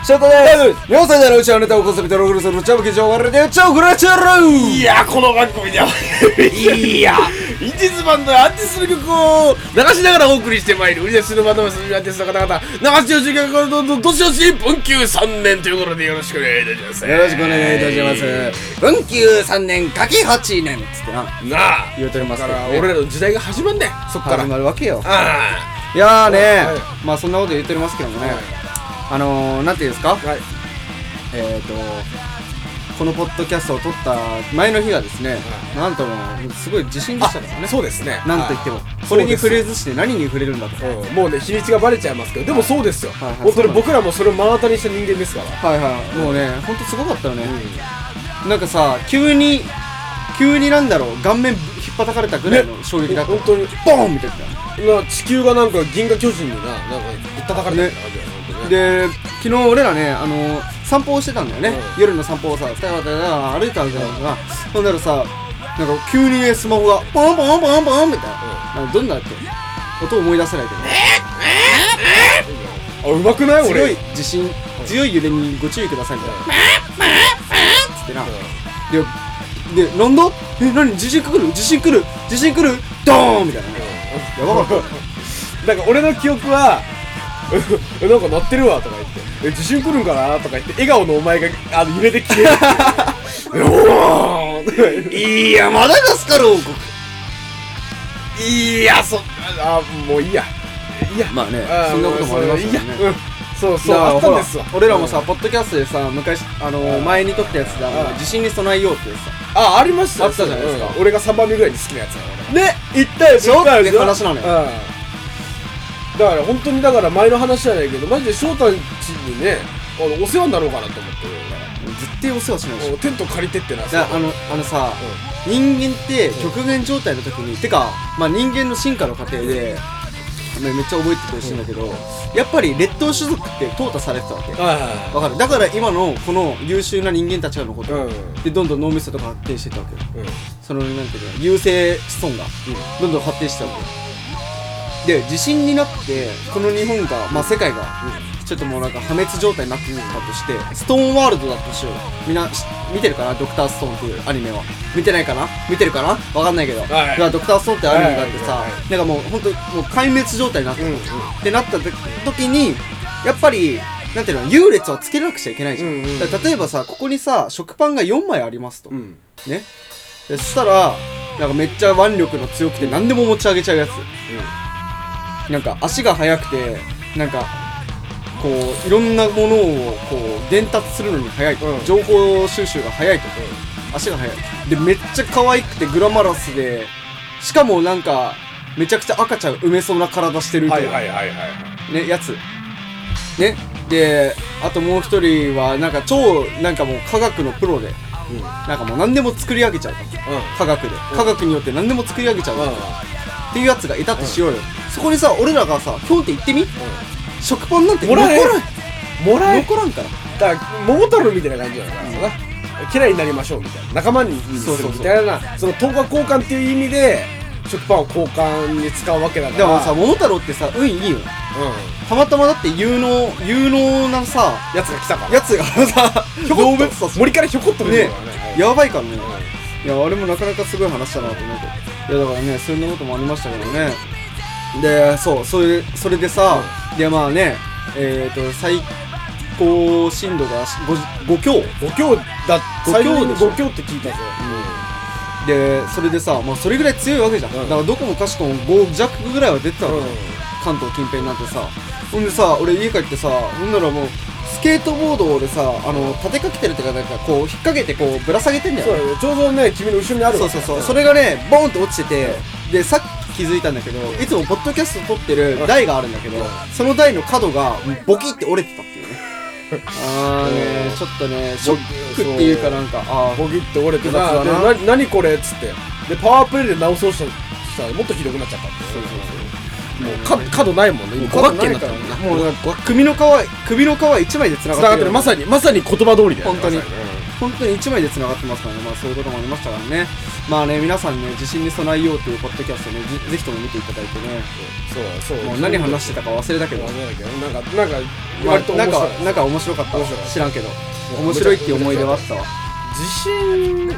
ショートです。4歳でのうちはネタをコンセプトログルするチャブ記事を割れてチャオグラチャル。 いやこの番組ではいやインディーズバンドやアーティストの曲を流しながらお送りしてまいる売り出しのバンドマスアーティストの方々流しをし曲をどんどん年越し文久3年ということでよろしくお願いいたします。 よろしくお願いいたします。文久3年かけ8年つってなあ言うとりますかからら、ね、 俺らの時代が始まんねん。そっから始まるわけよ。 あいやーね、 はい、 まあそんなこと言っておりますけどもね、なんていうんですか、 はい、 このポッドキャストを撮った前の日がですね、なんともすごい自信でしたからね。 そうですね。 なんと言ってもこれに触れずして何に触れるんだと、 もうね日にちがバレちゃいますけど、でもそうですよ、 はいはい、 本当に僕らもそれを目の当たりにした人間ですから。 はいはい、もうね本当すごかったよね、なんかさ急になんだろう顔面引っ叩かれたぐらいの衝撃だった、 本当にボーンみたいな地球がなんか銀河巨人になんかぶったたかれたみたいな感じだよ、本当ね。 で昨日俺らね散歩をしてたんだよね、夜の散歩をさ2人で歩いたんだよな、ほんならさなんか急にねスマホがポンポンポンポンみたいな、なんかどんなって音思い出せないけど、 うまくない？ 強い地震強い揺れにご注意くださいみたいなつってな、でなんだ何地震来るドーンみたいな、やばかったなんか俺の記憶はなんか鳴ってるわとか言って地震来るんかなとか言って笑顔のお前が揺れで消えるいやマダガスカル王国、 いやもういいやまあねそんなこともありますよね。 そうあったんですわ。 俺らもさポッドキャストでさ昔前に撮ったやつで地震に備えようってさありました、 あったじゃないですか。 俺が3番目ぐらいに好きなやつね言ったよしょって話なのよ。 だから本当に前の話じゃないけどマジで翔太んちにねお世話になろうかなと思って絶対お世話しないでしょ。 テント借りてってなささ人間って極限状態の時にてかまあ人間の進化の過程でめっちゃ覚えててほしいんだけど、やっぱり劣等種族って淘汰されてたわけ。わかる。だから今のこの優秀な人間たちが残ってる、でどんどん脳みそとか発展してったわけよ、そのなんていうの優生子孫がどんどん発展してたわけで、地震になってこの日本がまあ世界がちょっともうなんか破滅状態になってたとして、ストーンワールドだとしよう。みんな見てるかな、ドクターストーンっていうアニメは。見てないかな、見てるかな、わかんないけど、だからドクターストーンってアニメがあってさ、なんかもう本当もう壊滅状態になったってなった時にやっぱりなんていうの優劣はつけなくちゃいけないじゃん。だから例えばさここにさ食パンが4枚ありますと、ね、でそしたらなんかめっちゃ腕力の強くて何でも持ち上げちゃうやつ、なんか足が速くてなんかこういろんなものをこう伝達するのに速いと、情報収集が速いと、足が速いでめっちゃ可愛くてグラマラスで、しかもなんかめちゃくちゃ赤ちゃん埋めそうな体してるというねやつね。であともう一人はなんか超なんかもう科学のプロで、なんかもう何でも作り上げちゃうから、科学によって何でも作り上げちゃうからっていうやつがいたとしようよ。そこにさ俺らがさひょんって言ってみ、食パンなんて残らんからだから桃太郎みたいな感じだから嫌いになりましょうみたいな、仲間にするみたいな、その等価交換っていう意味で食パンを交換に使うわけだから。 でもさ桃太郎ってさ運いいよ、たまたまだって有能なさやつが来たから、 やつがさ動物たち森からひょこっと出てくるからね、やばいからね。いやあれもなかなかすごい話だなと思うけど、いやだからねそんなこともありましたけどね。でそれでさ、でまあね最高震度が5強だ、最後に5強って聞いたぞ。 でそれでさ、まあそれぐらい強いわけじゃん、だからどこもかしこも5弱ぐらいは出てたわけ、関東近辺なんてさ。ほんでさ俺家帰ってさ、ほんならもうスケートボードでさ立てかけてるっていうかなんかこう引っ掛けてこうぶら下げてんだよ。 そうよ、ちょうどね君の後ろにあるわ。 そうそれがねボーンって落ちてて、でさっき気づいたんだけど、いつもポッドキャスト撮ってる台があるんだけど、その台の角がボキって折れてたっていうね。ちょっとねショックっていうかなんかボキって折れてた。何これっつってでパワープレイで直そうしたらもっとひどくなっちゃったって。もう角ないもんね、 五角形になったもんね。もう首の皮1枚で繋がってる。 まさに言葉通りだよね。 本当に。 本当に1枚で繋がってますからね。まあそういうこともありましたからね。まあね、皆さんね、地震に備えようというポッドキャストね、ぜひとも見ていただいてね。 そうもう何話してたか忘れたけど、なんか面白かった。知らんけど面白いっていう思い出はあったわ。 地震ね、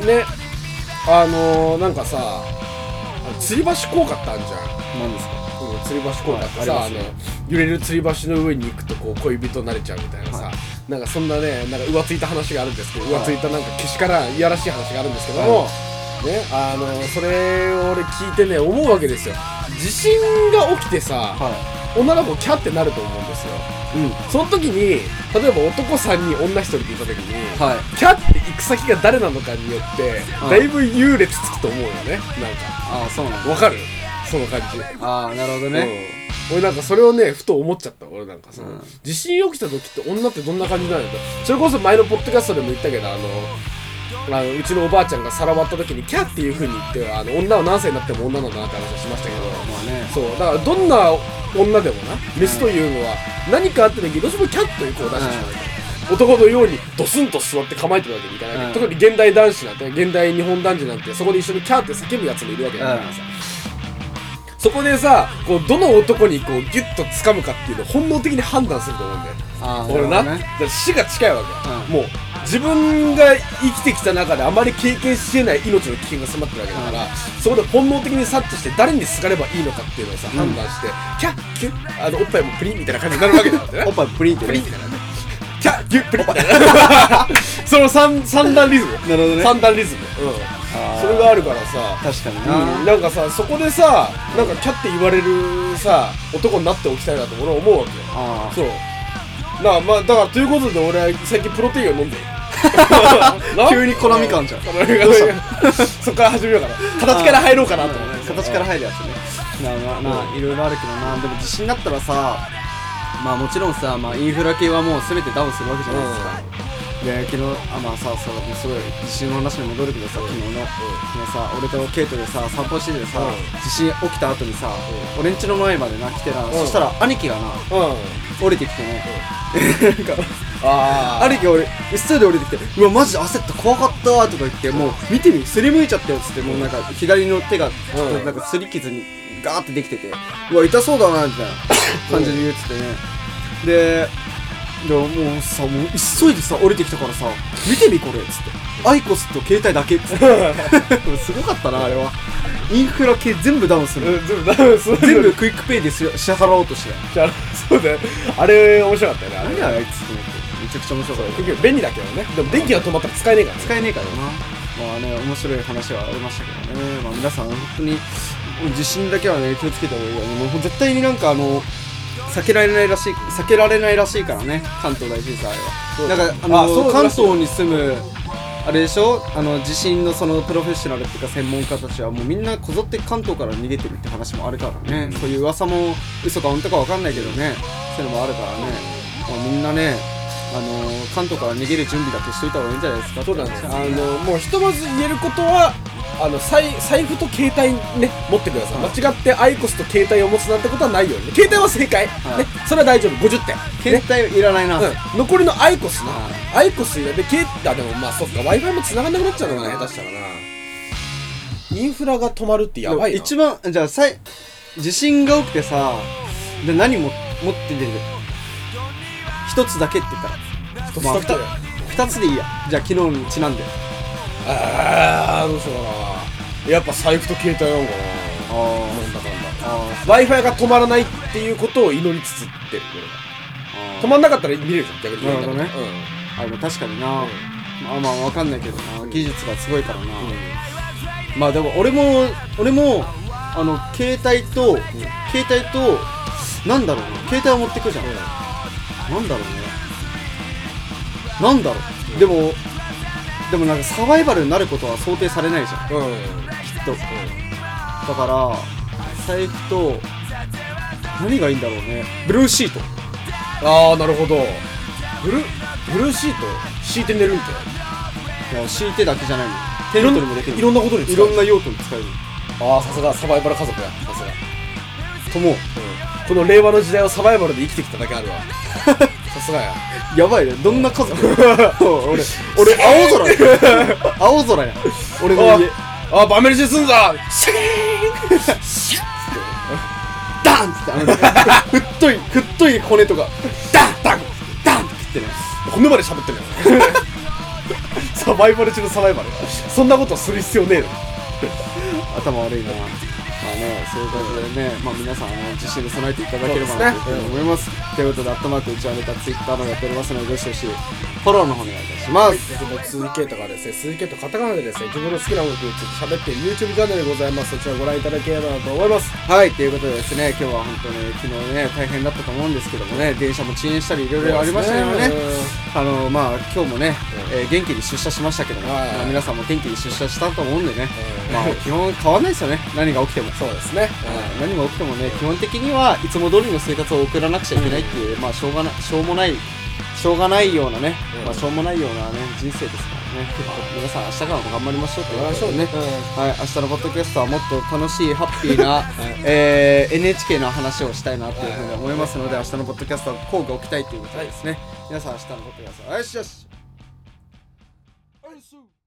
なんかさ、吊り橋効果ってあるじゃん。 何ですか？ 吊り橋効果ってさ、揺れる吊り橋の上に行くとこう恋人になれちゃうみたいなさ、なんかそんなね、なんか浮ついた話があるんですけど、浮ついたなんかけしからんいやらしい話があるんですけども、ね、それを俺聞いてね、思うわけですよ。地震が起きてさ、女の子キャってなると思うんですよ。その時に例えば男3人女1人でいた時に、キャって行く先が誰なのかによってだいぶ優劣つくと思うよね。なんかそうなんだ。 わかる？その感じ。 なるほどね。 俺なんかそれをねふと思っちゃった。俺なんか地震起きた時って女ってどんな感じなんだろう。それこそ前のポッドキャストでも言ったけど、うちのおばあちゃんがさらわった時にキャっていう風に言って女は何歳になっても女なんだなって話をしましたけど、そうだからどんな女でもな、メスというのは何かあった時にどうしてもキャッという子を出してしまう、男のようにドスンと座って構えてるわけにいかない、特に現代男子なんて、現代日本男児なんてそこで一緒にキャーって叫ぶやつもいるわけだからさ、そこでさ、こうどの男にこうギュッと掴むかっていうのを本能的に判断すると思うんだよ。俺な、だから死が近いわけ、もう自分が生きてきた中であまり経験しえない命の危険が迫ってるわけだから、そこで本能的に察知して誰にすがればいいのかっていうのをさ、判断してキャッキュッおっぱいもプリンみたいな感じになるわけだよね。 おっぱいプリンってね、 キャッギュップリンみたいなその三段リズム。なるほどね。三段リズム。それがあるからさ、確かにな。なんかさ、そこでさ、なんかキャって言われるさ男になっておきたいなと俺は思うわけよ。そう。まあだからということで俺は最近プロテインを飲んでる。 急にコナミ感じゃん。 そっから始めようかな。形から入ろうかなと思って。 形から入るやつね。いろいろあるけどな。でも地震になったらさ、まあもちろんさ、インフラ系はもう全てダウンするわけじゃないですか。で、昨日すごい地震の話に戻るけどさ、昨日さ、俺とケイトでさ散歩しててさ、地震起きた後にさ、俺ん家の前までな来てな、そしたら兄貴がな降りてきてね、兄貴が俺急いで降りてきて、うわマジで焦った怖かったとか言って、もう見てみすりむいちゃったよっつって、もうなんか左の手がなんかすり傷にガーってできてて、うわ痛そうだなみたいな感じで言っててね。でもうさ、もう急いでさ降りてきたからさ、見てみこれっつって、アイコスと携帯だけっつってすごかったなあれは。インフラ系全部ダウンする、全部クイックペイで支払おうとして。そうだよ、あれ面白かったよね。何あいつと思って、めちゃくちゃ面白かった。結局便利だけどね。でも電気が止まったら使えねえからね。使えねえからな。まあね、面白い話はありましたけどね。まあ皆さん本当に地震だけはね気をつけた方がいいよね。もう絶対になんか避けられないらしいからね、関東大震災は。なんか関東に住むあれでしょ、地震のそのプロフェッショナルっていうか専門家たちはもうみんなこぞって関東から逃げてるって話もあるからね。そういう噂も嘘か本当か分かんないけどね、そういうのもあるからね。みんなね、関東から逃げる準備だけしといた方がいいんじゃないですか。そうなんです。もうひとまず言えることは、財布と携帯ね持ってください。間違ってアイコスと携帯を持つなんてことはないように。携帯は正解ね、それは大丈夫。50点。携帯いらないな。残りのアイコスな。アイコスででもまあそっか、 Wi-Fi も繋がんなくなっちゃうのかな、下手したらな。インフラが止まるってやばいな。一番じゃあ地震が起きてさ、で何持って出る？一つだけって言ったら2つでいいや。じゃあ昨日にちなんで。どうしようかな。やっぱ財布と携帯なのかな。なんだかんだ。Wi-Fi が止まらないっていうことを祈りつつってる。止まんなかったら見れるじゃん、逆に。なるほどね。確かにな。まあわかんないけどな。技術がすごいからな。まあでも俺も携帯となんだろうな。携帯を持ってくじゃん。なんだろう。でもなんかサバイバルになることは想定されないじゃん、きっと、だから財布と何がいいんだろうね。ブルーシート。なるほど。ブルーシート敷いて寝るみたいな。いや、敷いてだけじゃないの。テントにもできる。いろんなことに使える。いろんな用途に使える。さすがサバイバル家族や。さすがとも、この令和の時代をサバイバルで生きてきただけあるわ。ささすがや。 やばいね、どんな家族俺青空や青空や俺の家。 あ、バメルシすんぞ。シャーンダンって太い骨とかダンダンダンって切ってね、 骨まで喋ってるやん。サバイバル中のサバイバル。そんなことする必要ねえの。 頭悪いな。まあね、そういう感じでね、まあ皆さん自信で備えていただければなというふうに思います。ということで、うちわネタツイッターのやっておりますので、どしどしフォローの方お願いいたします。 鈴木とかですね、鈴木とカタカナでですね、自分の好きな音楽について喋っている YouTube チャンネルでございます。そちらご覧いただければなと思います。 はい、ということでですね、今日は本当に昨日ね、大変だったと思うんですけどもね、電車も遅延したりいろいろありましたけどね、まあ今日もね、元気に出社しましたけども、まあ、皆さんも元気に出社したと思うんでね、まあ基本変わんないですよね、何が起きても。 そうですね。 何が起きてもね、基本的にはいつも通りの生活を送らなくちゃいけないっていう、まあしょうがないようなね、まあしょうもないようなね、人生ですからね。皆さん明日からも頑張りましょうということでね。はい、明日のポッドキャストはもっと楽しいハッピーなNHK の話をしたいなというふうに思いますので、明日のポッドキャストはこうが起きたいということでですね。皆さん明日のポッドキャスト、よしよし。